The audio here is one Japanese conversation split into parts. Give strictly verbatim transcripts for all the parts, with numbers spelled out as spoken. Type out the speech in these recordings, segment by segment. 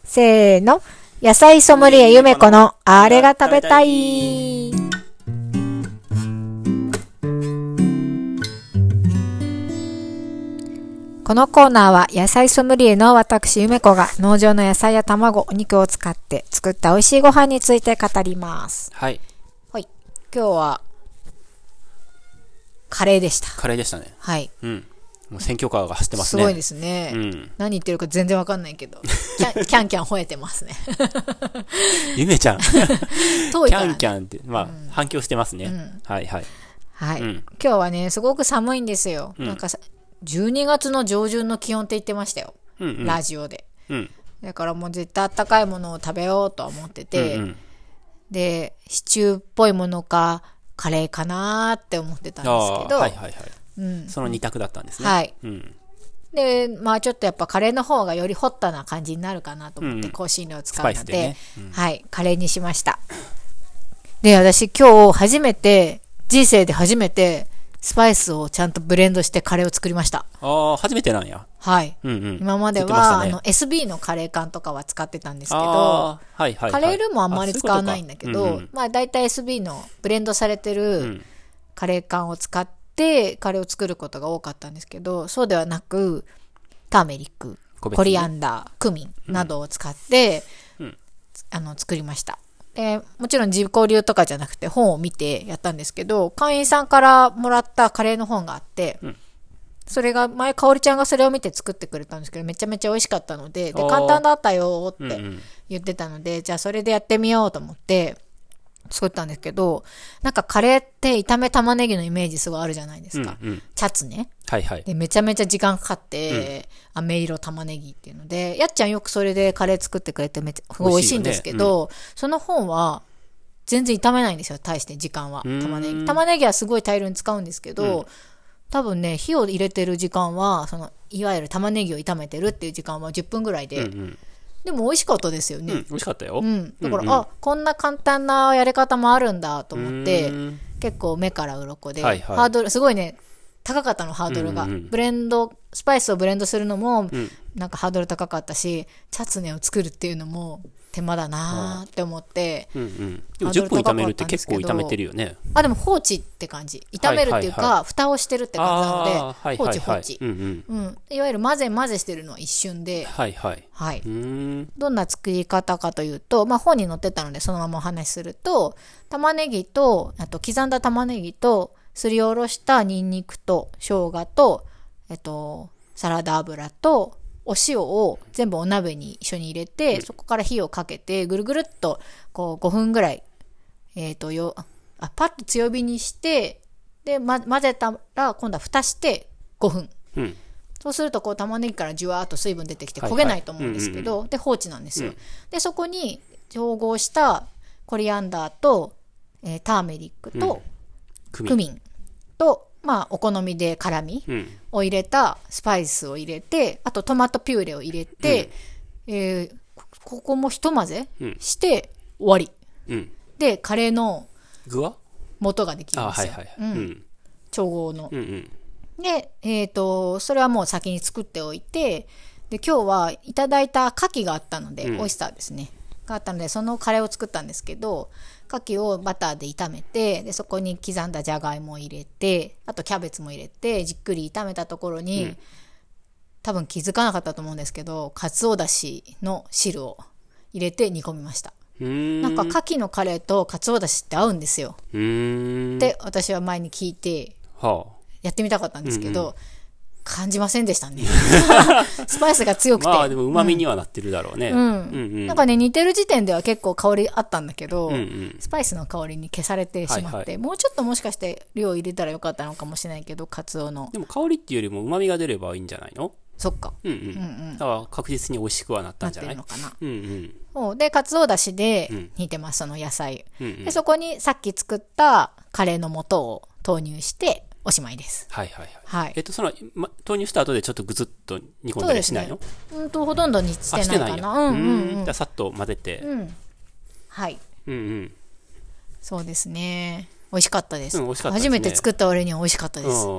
せーの。野菜ソムリエゆめこのあれが食べたい。このコーナーは野菜ソムリエの私ゆめこが農場の野菜や卵、お肉を使って作った美味しいご飯について語ります。 はい。 はい。今日はカレーでした。 カレーでしたね。 はい。 うん。もう選挙カーが走ってますね。 すごいですね。うん、何言ってるか全然わかんないけど、キャンキャンキャン吠えてますね。 ゆめちゃん。 遠いから、ね、 キャンキャンって、まあ、うん、反響してますね。うん、はいはい。 はい、うん。今日はね、すごく寒いんですよ。うん、なんかじゅうにがつの上旬の気温って言ってましたよ。うんうん、ラジオで、うん。だからもう絶対あったかいものを食べようと思ってて、うんうん、で、シチューっぽいものか、カレーかなーって思ってたんですけど、 はいはいはい。うん、そのに択だったんですね。 はい。 うん、 で、まあちょっとやっぱカレーの方がよりホットな感じになるかなと思って、香辛料を使うので、でねうん、はい、カレーにしました。で、私今日初めて、人生で初めて、スパイスをちゃんとブレンドしてカレーを作りました。 ああ、初めてなんや。 はい。うんうん、今までは、ね、あの エスビー のカレー缶とかは使ってたんですけど、はいはいはい、カレールーもあんまり使わないんだけど、うううんうん、まあ大体 エスビー のブレンドされてるカレー缶を使って、でカレーを作ることが多かったんですけど、そうではなくターメリック、コリアンダー、クミンなどを使って、うん、あの作りました。でもちろん自己流とかじゃなくて本を見てやったんですけど、会員さんからもらったカレーの本があって、うん、それが前かおりちゃんがそれを見て作ってくれたんですけど、めちゃめちゃ美味しかったので、で簡単だったよって言ってたので、うんうん、じゃあそれでやってみようと思って作ったんですけど、なんかカレーって炒め玉ねぎのイメージすごいあるじゃないですか。うんうん、チャツね。はいはい。で、めちゃめちゃ時間かかって、うん、飴色玉ねぎっていうので、やっちゃんよくそれでカレー作ってくれてめっちゃすごい美味しいんですけど、ねうん、その本は全然炒めないんですよ、対して時間は。玉ねぎ。玉ねぎはすごい大量に使うんですけど、うん、多分ね、火を入れてる時間は、その、いわゆる玉ねぎを炒めてるっていう時間はじゅっぷんぐらいで、うんうんでも美味しかったですよね。うん、 美味しかったよ。 うん。だから、うんうん、あ、こんな簡単なやり方もあるんだと思って、結構目から鱗で、はいはい、ハードル、すごいね、高かったの、ハードルが。うんうん、ブレンド、スパイスをブレンドするのも、うん、なんかハードル高かったし、チャツネを作るっていうのも手間だなーって思って、うんうん、 でもじゅっぷん炒めるって結構炒めてるよね。 あ、でも放置って感じ。炒めるっていうか、はいはいはい、蓋をしてるって感じなので、はいはいはい、放置放置、うんうんうん。いわゆる混ぜ混ぜしてるのは一瞬で、はいはい。はい。うーんどんな作り方かというと、まあ本に載ってたのでそのままお話しすると、玉ねぎと、あと刻んだ玉ねぎと、すりおろしたニンニクと生姜と、えっと、サラダ油と、お塩を全部お鍋に一緒に入れて、うん、そこから火をかけて、ぐるぐるっと、こうごふんぐらい、えっと、よ、あ、パッと強火にして、で、ま、混ぜたら、今度は蓋してごふん。うん、そうすると、こう、玉ねぎからじゅわーっと水分出てきて焦げないと思うんですけど、はいはい、で、放置なんですよ。うん、で、そこに調合したコリアンダーと、えー、ターメリックと、うん、クミンと、まあ、お好みで辛みを入れたスパイスを入れて、あとトマトピューレを入れて、うんえー、ここもひと混ぜして終わり。うん、で、カレーの元ができるんですよ。はいはいうん、調合の。うんうん、で、えっと、それはもう先に作っておいて、で、今日はいただいた牡蠣があったので、うん、オイスターですね。があったので、そのカレーを作ったんですけど、牡蠣をバターで炒めて、でそこに刻んだじゃがいもを入れて、あとキャベツも入れて、じっくり炒めたところに、うん、多分気づかなかったと思うんですけど、かつおだしの汁を入れて煮込みました。うーんなんか牡蠣のカレーとかつおだしって合うんですよ。うーんって私は前に聞いて、はあ、やってみたかったんですけど、うんうん感じませんでしたね。スパイスが強くて。 まあでも旨味にはなってるだろうね。うん。うんうん、なんかね、似てる時点では結構香りあったんだけど、うんうん、スパイスの香りに消されてしまって、はいはい、もうちょっともしかして量入れたらよかったのかもしれないけど、カツオの。 でも香りっていうよりも旨味が出ればいいんじゃないの？ そっか。 うんうん。うんうん、だから確実に美味しくはなったんじゃない？なってるのかな。うんうん。で、カツオだしで煮てます、その野菜。うんうん、で、そこにさっき作ったカレーの素を投入して、おしまいです。 はいはいはい。はい、えっと、その、ま、投入した後でちょっとぐずっと煮込んだりしないの？ そうですね。うんと、ほとんど煮してないかな。 うんうんうん。じゃあ、さっと混ぜて。 うん。はい。 うんうん。 そうですね。美味しかったです。 うん、美味しかったですね。 初めて作った割には美味しかったです。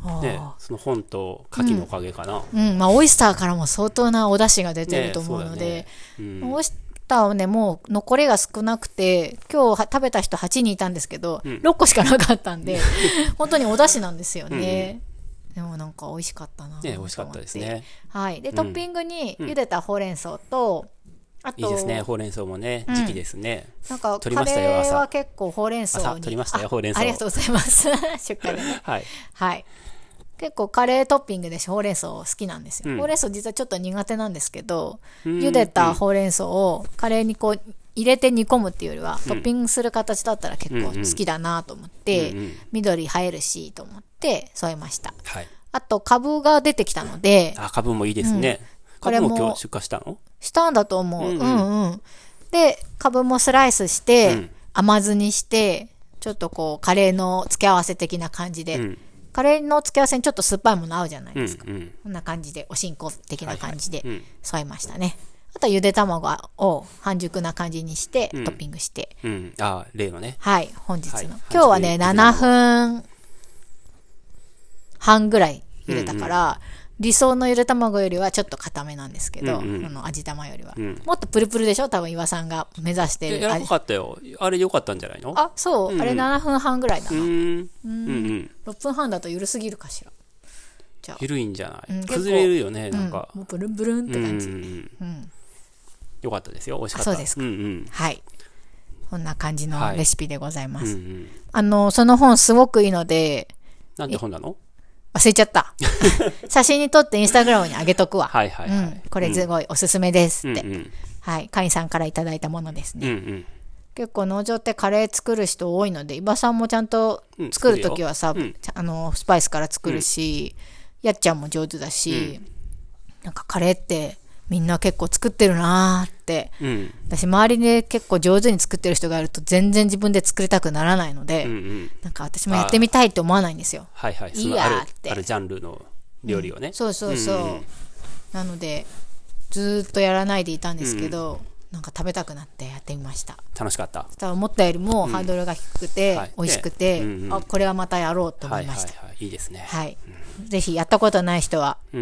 ね、その本と牡蠣のおかげかな。 うん、うん、まあオイスターからも相当なお出汁が出てると思うので、ねねうん、オイスターはね、もう残りが少なくて、今日食べた人はちにんいたんですけど、うん、ろっこしかなかったんで、本当にお出汁なんですよね。うん、でもなんか美味しかったな。 ね、美味しかったですね。 はい。で、トッピングに茹でたほうれん草と、 あといいですね、ほうれん草もね、時期ですね。 うん、なんか、カレーは結構ほうれん草に。 朝、取りましたよ、ほうれん草。 ありがとうございます。出荷でね。 はい。 はい。結構カレートッピングでほうれん草好きなんですよ。うん、ほうれん草実はちょっと苦手なんですけど、茹でたほうれん草をカレーにこう入れて煮込むっていうよりは、うん、トッピングする形だったら結構好きだなと思って、うんうん、緑映えるしと思って添えました。はい。あと、カブが出てきたので。 あ、カブもいいですね。うんカブも今日出荷したの？ したんだと思う。うんうん、うんうん。で、カブもスライスして、うん、甘酢にして、ちょっとこう、カレーの付け合わせ的な感じで、うん、カレーの付け合わせにちょっと酸っぱいもの合うじゃないですか。うんうん、こんな感じで、おしんこ的な感じで添えましたね。はいはいうん、あとはゆで卵を半熟な感じにして、うん、トッピングして。 うん。あ、例のね。 はい、本日の。はい、今日はね、ななふんはんぐらい茹でたから、うんうん理想のゆで卵よりはちょっと固めなんですけど、うんうん、あの味玉よりは、うん、もっとプルプルでしょ多分岩さんが目指してる。 やらなかったよ。あれ良かったんじゃないの？ あ、そう、うんうん、あれななふんはんぐらいだな。うーんうんうん、 ろっぷんはんだと緩すぎるかしら。 じゃあ緩いんじゃない、うん、崩れるよねなんか、 うん、もうブルンブルンって感じ。うんうんうん、よかったですよ。美味しかった。 そうですか、 うんうん、はいこんな感じのレシピでございます、はいうんうん、あのその本すごくいいので。 なんて本なの？ 忘れちゃった。写真に撮ってインスタグラムに上げとくわ。 はいはいはい。うん、 これすごいおすすめですって。 うんうん、 はい。会員さんからいただいたものですね。 うんうん、 結構農場ってカレー作る人多いので、伊庭さんもちゃんと作るときはさ、うん、あの、スパイスから作るし、うん、やっちゃんも上手だし、うん、なんかカレーってみんな結構作ってるなーって、うん、私周りで結構上手に作ってる人がいると全然自分で作りたくならないので、うんうん、なんか私もやってみたいって思わないんですよ。 はいはい。 いいやーって。 あるジャンルの料理をね。 うん、そうそうそう。うんうん、なのでずっとやらないでいたんですけど、うん、なんか食べたくなってやってみました。 楽しかった。 ただ思ったよりもハードルが低くて、うんはい、美味しくて、ねうんうん、あこれはまたやろうと思いました。 はいはいはい、いいですね。 はい。うん、ぜひやったことない人は、うんうん、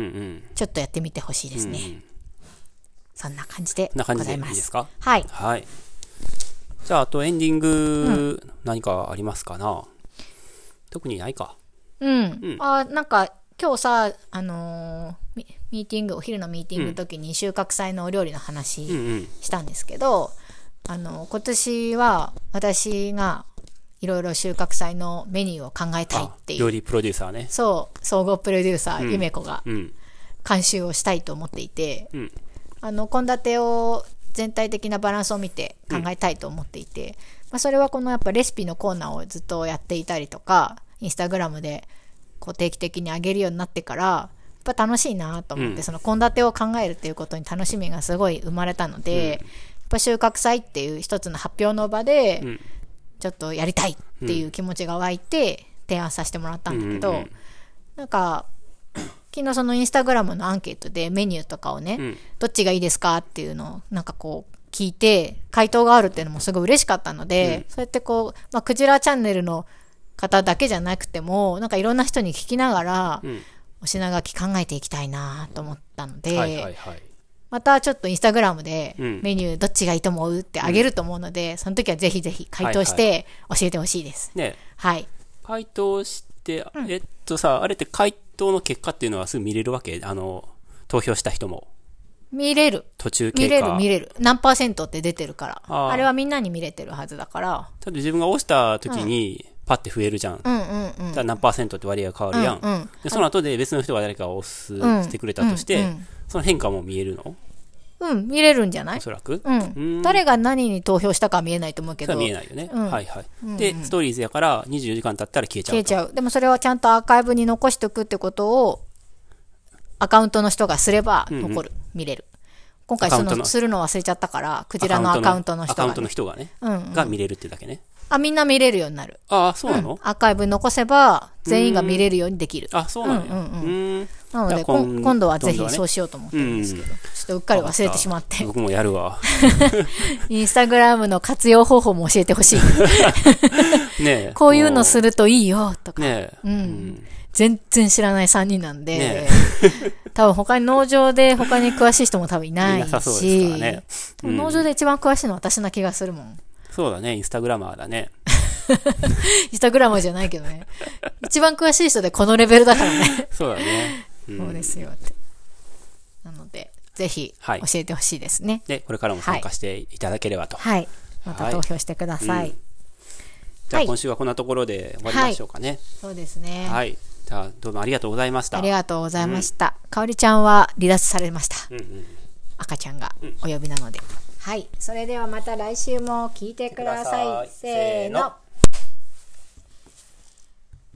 ちょっとやってみてほしいですね。うんうんそんな感じでございます。こんな感じでいいですか？はい。 はい。じゃあ、あとエンディング、うん、何かありますかな？特にないか。 うん。うん、あ、なんか、今日さ、あのー、ミ, ミーティング、お昼のミーティングの時に収穫祭のお料理の話したんですけど、うんうん、あの、今年は私がいろいろ収穫祭のメニューを考えたいっていう。 料理プロデューサーね。 そう、総合プロデューサー、 うん、 ゆめこが監修をしたいと思っていて、 うんあの献立を全体的なバランスを見て考えたいと思っていて、うんまあ、それはこのやっぱレシピのコーナーをずっとやっていたりとかインスタグラムでこう定期的に上げるようになってからやっぱ楽しいなと思って、うん、その献立を考えるっていうことに楽しみがすごい生まれたので、うん、やっぱ収穫祭っていう一つの発表の場でちょっとやりたいっていう気持ちが湧いて提案させてもらったんだけど、うん、なんか昨日そのインスタグラムのアンケートでメニューとかをね、うん、どっちがいいですかっていうのをなんかこう聞いて回答があるっていうのもすごい嬉しかったので、うん、そうやってこう、まあ、クジラチャンネルの方だけじゃなくてもなんかいろんな人に聞きながら、うん、お品書き考えていきたいなと思ったので、はいはいはい、またちょっとインスタグラムでメニューどっちがいいと思うってあげると思うので、うん、その時はぜひぜひ回答して教えてほしいです、 はいはいね、 はい、 回答してえっとさあれって回答の結果っていうのはすぐ見れるわけ？あの投票した人も見れる途中経過見れる見れる何パーセントって出てるから あ, あれはみんなに見れてるはずだからただ自分が押した時にパッて増えるじゃん、 うんうんうん、 だから何パーセントって割合が変わるやん、うんうん、でその後で別の人が誰かを押す、うん、してくれたとして、うんうん、その変化も見えるの？ うん見れるんじゃない？ おそらく、 うん、うん誰が何に投票したかは見えないと思うけどそれは見えないよね、うん、はいはい、うんうん、でストーリーズやからにじゅうよじかん経ったら消えちゃう消えちゃうでもそれはちゃんとアーカイブに残しておくってことをアカウントの人がすれば残る、うんうん、見れる今回そのするの忘れちゃったからクジラのアカウントの人が、ね、 アカウントの人がね、うんうん、が見れるってだけねあみんな見れるようになるああそうなの、 うん、アーカイブ残せば全員が見れるようにできるあそうなの、うんうんうん、なので今度はぜひそうしようと思ってるんですけど、ねうん、ちょっとうっかり忘れてしまって僕もやるわインスタグラムの活用方法も教えてほしいねえこういうのするといいよとか、 ねえ、 うん、 全然知らないさんにんなんで、ね、多分他に農場で他に詳しい人も多分いないし、いなさそうですからね。うん、農場で一番詳しいのは私な気がするもん。 そうだね、インスタグラマーだね。 インスタグラマーじゃないけどね。一番詳しい人でこのレベルだからね。 そうだね。 うん、そうですよって。なので、ぜひ教えてほしいですね、 はい。で、これからも参加していただければと。 はい。また投票してください。はいうん、 じゃあ今週はこんなところで終わりましょうかね。はい、 そうですね。 はい。じゃあどうもありがとうございました。 ありがとうございました。うん、かおりちゃんは離脱されました。うんうん、赤ちゃんがお呼びなので、うん。はい。それではまた来週も聞いてください。せーの。